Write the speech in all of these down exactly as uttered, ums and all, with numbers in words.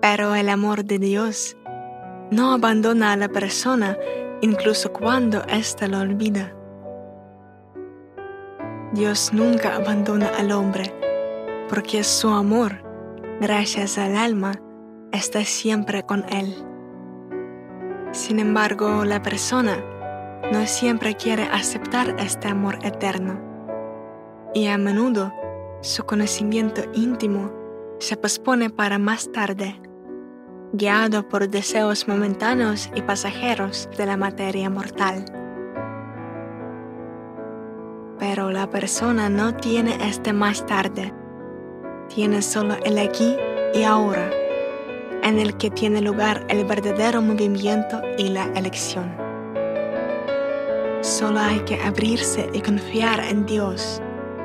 Pero el amor de Dios no abandona a la persona incluso cuando ésta lo olvida. Dios nunca abandona al hombre, porque su amor, gracias al alma, está siempre con él. Sin embargo, la persona no siempre quiere aceptar este amor eterno, y a menudo su conocimiento íntimo se pospone para más tarde, guiado por deseos momentáneos y pasajeros de la materia mortal. Pero la persona no tiene este más tarde, tiene solo el aquí y ahora, en el que tiene lugar el verdadero movimiento y la elección. Solo hay que abrirse y confiar en Dios.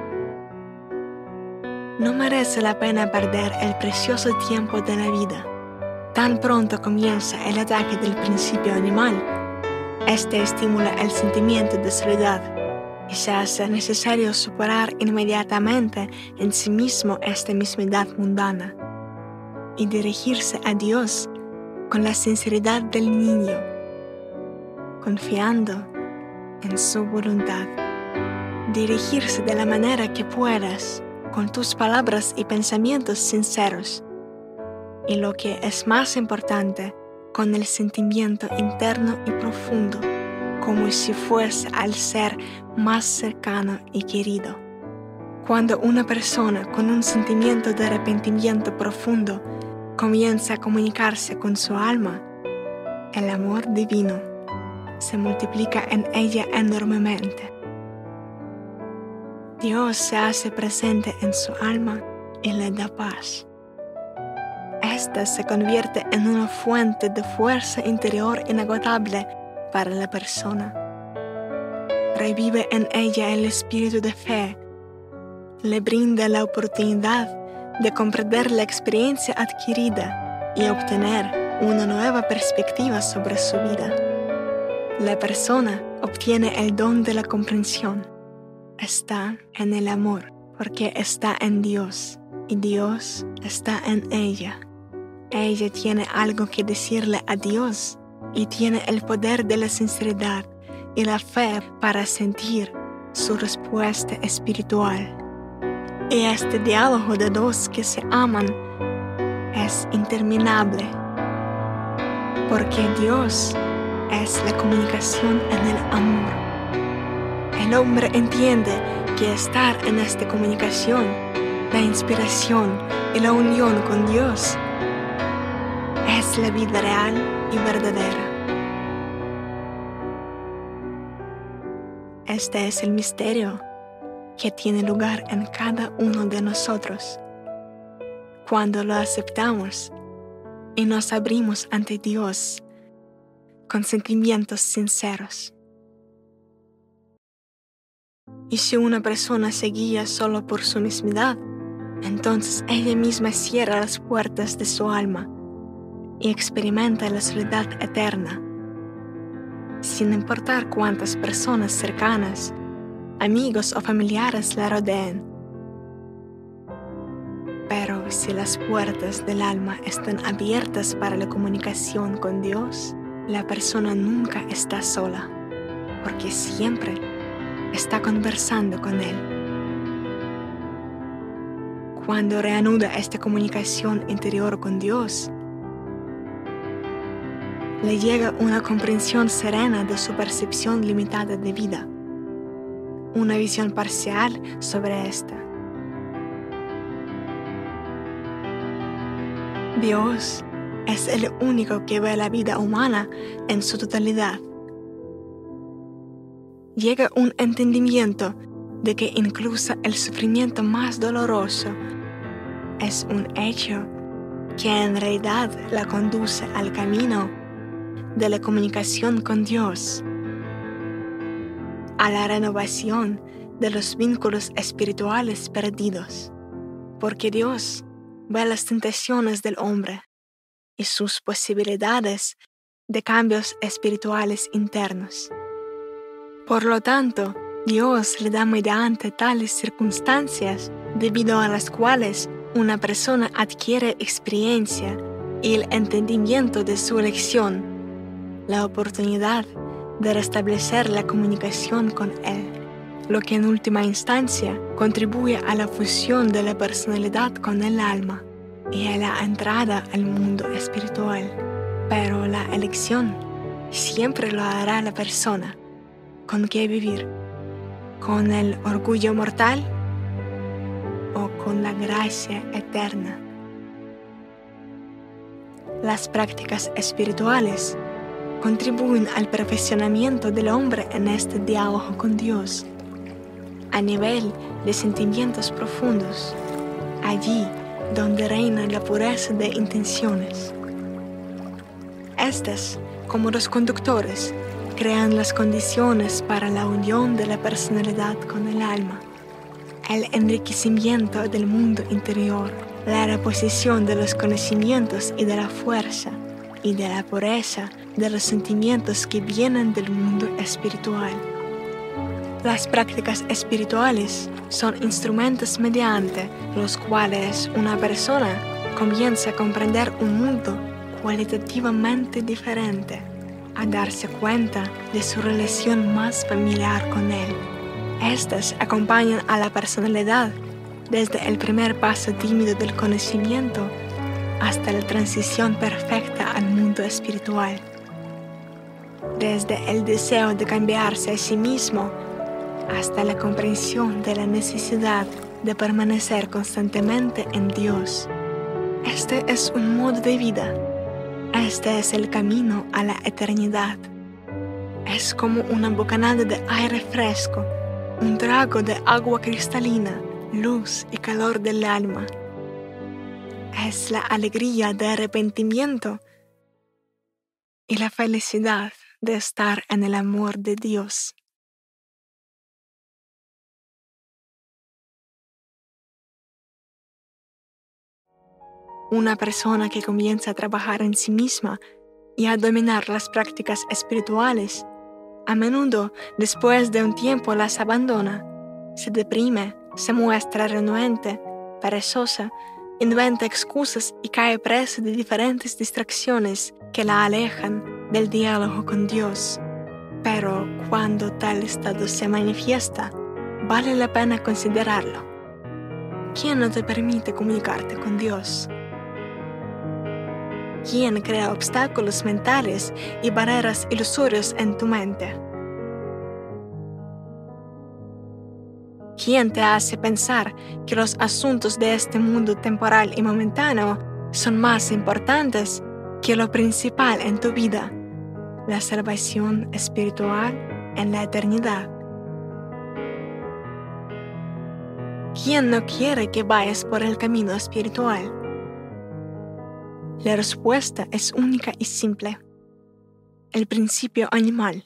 No merece la pena perder el precioso tiempo de la vida. Tan pronto comienza el ataque del principio animal, este estimula el sentimiento de soledad y se hace necesario superar inmediatamente en sí mismo esta mismidad mundana y dirigirse a Dios con la sinceridad del niño, confiando en su voluntad. Dirigirse de la manera que puedas, con tus palabras y pensamientos sinceros, y lo que es más importante, con el sentimiento interno y profundo, como si fuese al ser más cercano y querido. Cuando una persona con un sentimiento de arrepentimiento profundo comienza a comunicarse con su alma, el amor divino se multiplica en ella enormemente. Dios se hace presente en su alma y le da paz. Esta se convierte en una fuente de fuerza interior inagotable para la persona. Revive en ella el espíritu de fe, le brinda la oportunidad de comprender la experiencia adquirida y obtener una nueva perspectiva sobre su vida. La persona obtiene el don de la comprensión. Está en el amor porque está en Dios y Dios está en ella. Ella tiene algo que decirle a Dios y tiene el poder de la sinceridad y la fe para sentir su respuesta espiritual. Y este diálogo de dos que se aman es interminable, porque Dios es la comunicación en el amor. El hombre entiende que estar en esta comunicación, la inspiración y la unión con Dios es la vida real y verdadera. Este es el misterio que tiene lugar en cada uno de nosotros cuando lo aceptamos y nos abrimos ante Dios con sentimientos sinceros. Y si una persona se guía solo por su mismidad, entonces ella misma cierra las puertas de su alma y experimenta la soledad eterna, sin importar cuántas personas cercanas, amigos o familiares la rodeen. Pero si las puertas del alma están abiertas para la comunicación con Dios, la persona nunca está sola, porque siempre está conversando con Él. Cuando reanuda esta comunicación interior con Dios, le llega una comprensión serena de su percepción limitada de vida, una visión parcial sobre esta. Dios es el único que ve la vida humana en su totalidad. Llega un entendimiento de que incluso el sufrimiento más doloroso es un hecho que en realidad la conduce al camino de la comunicación con Dios, a la renovación de los vínculos espirituales perdidos, porque Dios ve las tentaciones del hombre y sus posibilidades de cambios espirituales internos. Por lo tanto, Dios le da mediante tales circunstancias debido a las cuales una persona adquiere experiencia y el entendimiento de su elección, la oportunidad de restablecer la comunicación con Él, lo que en última instancia contribuye a la fusión de la personalidad con el alma y a la entrada al mundo espiritual. Pero la elección siempre lo hará la persona. ¿Con qué vivir? ¿Con el orgullo mortal o con la gracia eterna? Las prácticas espirituales contribuyen al perfeccionamiento del hombre en este diálogo con Dios, a nivel de sentimientos profundos, allí donde reina la pureza de intenciones. Estas, como los conductores, crean las condiciones para la unión de la personalidad con el alma, el enriquecimiento del mundo interior, la reposición de los conocimientos y de la fuerza, y de la pureza de los sentimientos que vienen del mundo espiritual. Las prácticas espirituales son instrumentos mediante los cuales una persona comienza a comprender un mundo cualitativamente diferente, a darse cuenta de su relación más familiar con él. Estas acompañan a la personalidad desde el primer paso tímido del conocimiento hasta la transición perfecta al mundo espiritual. Desde el deseo de cambiarse a sí mismo hasta la comprensión de la necesidad de permanecer constantemente en Dios. Este es un modo de vida. Este es el camino a la eternidad. Es como una bocanada de aire fresco, un trago de agua cristalina, luz y calor del alma. Es la alegría de arrepentimiento y la felicidad de estar en el amor de Dios. Una persona que comienza a trabajar en sí misma y a dominar las prácticas espirituales, a menudo después de un tiempo las abandona, se deprime, se muestra renuente, perezosa, inventa excusas y cae presa de diferentes distracciones que la alejan del diálogo con Dios. Pero cuando tal estado se manifiesta, vale la pena considerarlo. ¿Quién no te permite comunicarte con Dios? ¿Quién crea obstáculos mentales y barreras ilusorias en tu mente? ¿Quién te hace pensar que los asuntos de este mundo temporal y momentáneo son más importantes que lo principal en tu vida, la salvación espiritual en la eternidad? ¿Quién no quiere que vayas por el camino espiritual? La respuesta es única y simple: el principio animal.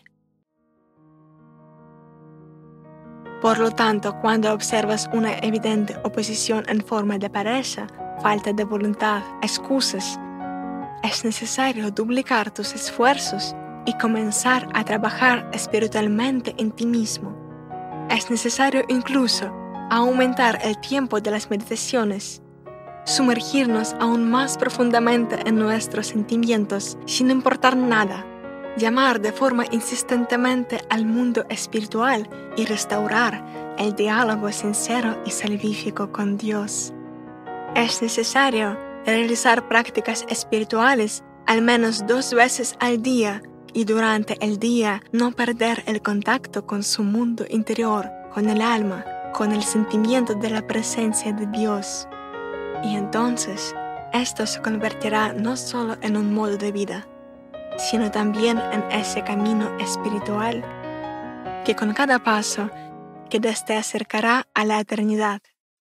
Por lo tanto, cuando observas una evidente oposición en forma de pereza, falta de voluntad, excusas, es necesario duplicar tus esfuerzos y comenzar a trabajar espiritualmente en ti mismo. Es necesario incluso aumentar el tiempo de las meditaciones, sumergirnos aún más profundamente en nuestros sentimientos sin importar nada, llamar de forma insistentemente al mundo espiritual y restaurar el diálogo sincero y salvífico con Dios. Es necesario realizar prácticas espirituales al menos dos veces al día y durante el día no perder el contacto con su mundo interior, con el alma, con el sentimiento de la presencia de Dios. Y entonces, esto se convertirá no solo en un modo de vida, sino también en ese camino espiritual que con cada paso que te acercará a la eternidad.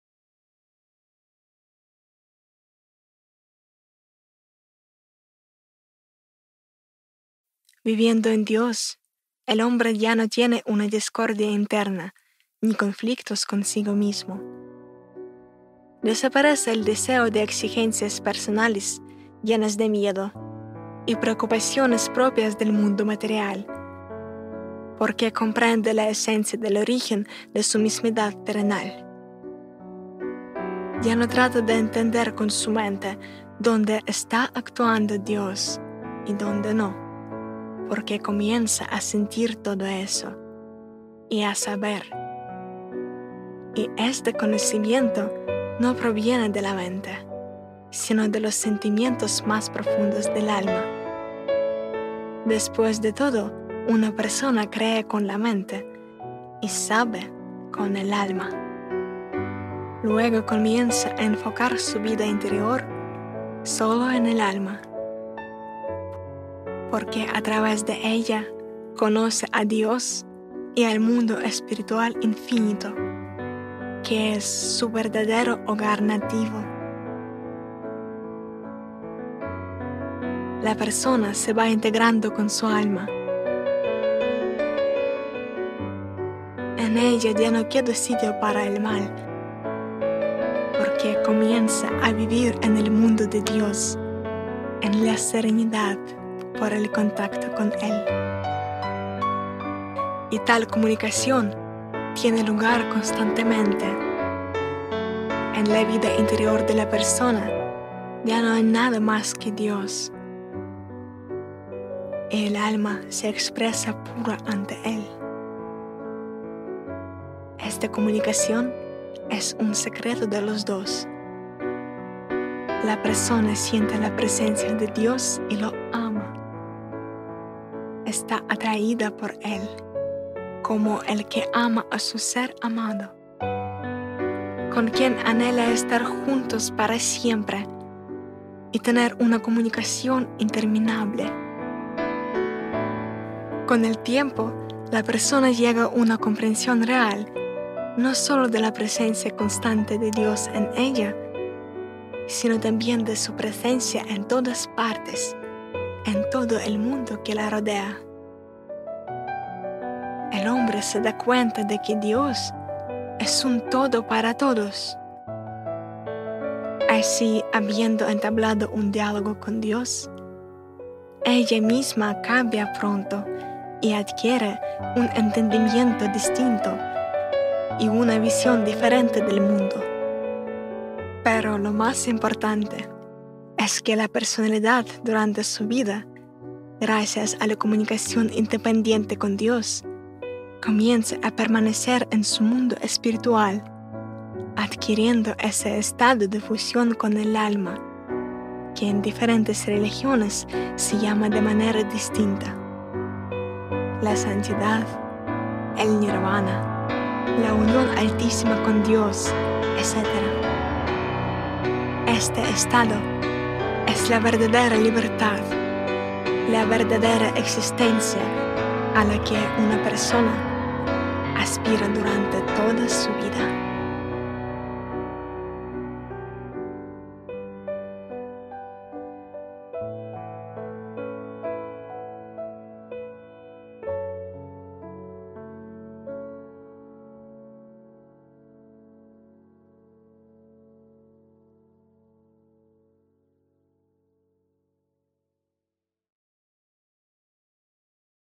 Viviendo en Dios, el hombre ya no tiene una discordia interna ni conflictos consigo mismo. Desaparece el deseo de exigencias personales llenas de miedo y preocupaciones propias del mundo material, porque comprende la esencia del origen de su mismidad terrenal. Ya no trata de entender con su mente donde está actuando Dios y donde no, porque comienza a sentir todo eso y a saber. Y este conocimiento no proviene de la mente, sino de los sentimientos más profundos del alma. Después de todo, una persona cree con la mente y sabe con el alma. Luego comienza a enfocar su vida interior solo en el alma, porque a través de ella conoce a Dios y al mundo espiritual infinito, que es su verdadero hogar nativo. La persona se va integrando con su alma. En ella ya no queda sitio para el mal, porque comienza a vivir en el mundo de Dios, en la serenidad por el contacto con Él. Y tal comunicación tiene lugar constantemente. En la vida interior de la persona ya no hay nada más que Dios. El alma se expresa pura ante Él. Esta comunicación es un secreto de los dos. La persona siente la presencia de Dios y lo ama. Está atraída por Él, como el que ama a su ser amado, con quien anhela estar juntos para siempre y tener una comunicación interminable. Con el tiempo, la persona llega a una comprensión real, no solo de la presencia constante de Dios en ella, sino también de su presencia en todas partes, en todo el mundo que la rodea. El hombre se da cuenta de que Dios es un todo para todos. Así, habiendo entablado un diálogo con Dios, ella misma cambia pronto y adquiere un entendimiento distinto y una visión diferente del mundo. Pero lo más importante es que la personalidad durante su vida, gracias a la comunicación independiente con Dios, comienza a permanecer en su mundo espiritual, adquiriendo ese estado de fusión con el alma, que en diferentes religiones se llama de manera distinta: la santidad, el nirvana, la unión altísima con Dios, etcétera. Este estado es la verdadera libertad, la verdadera existencia a la que una persona aspira durante toda su vida.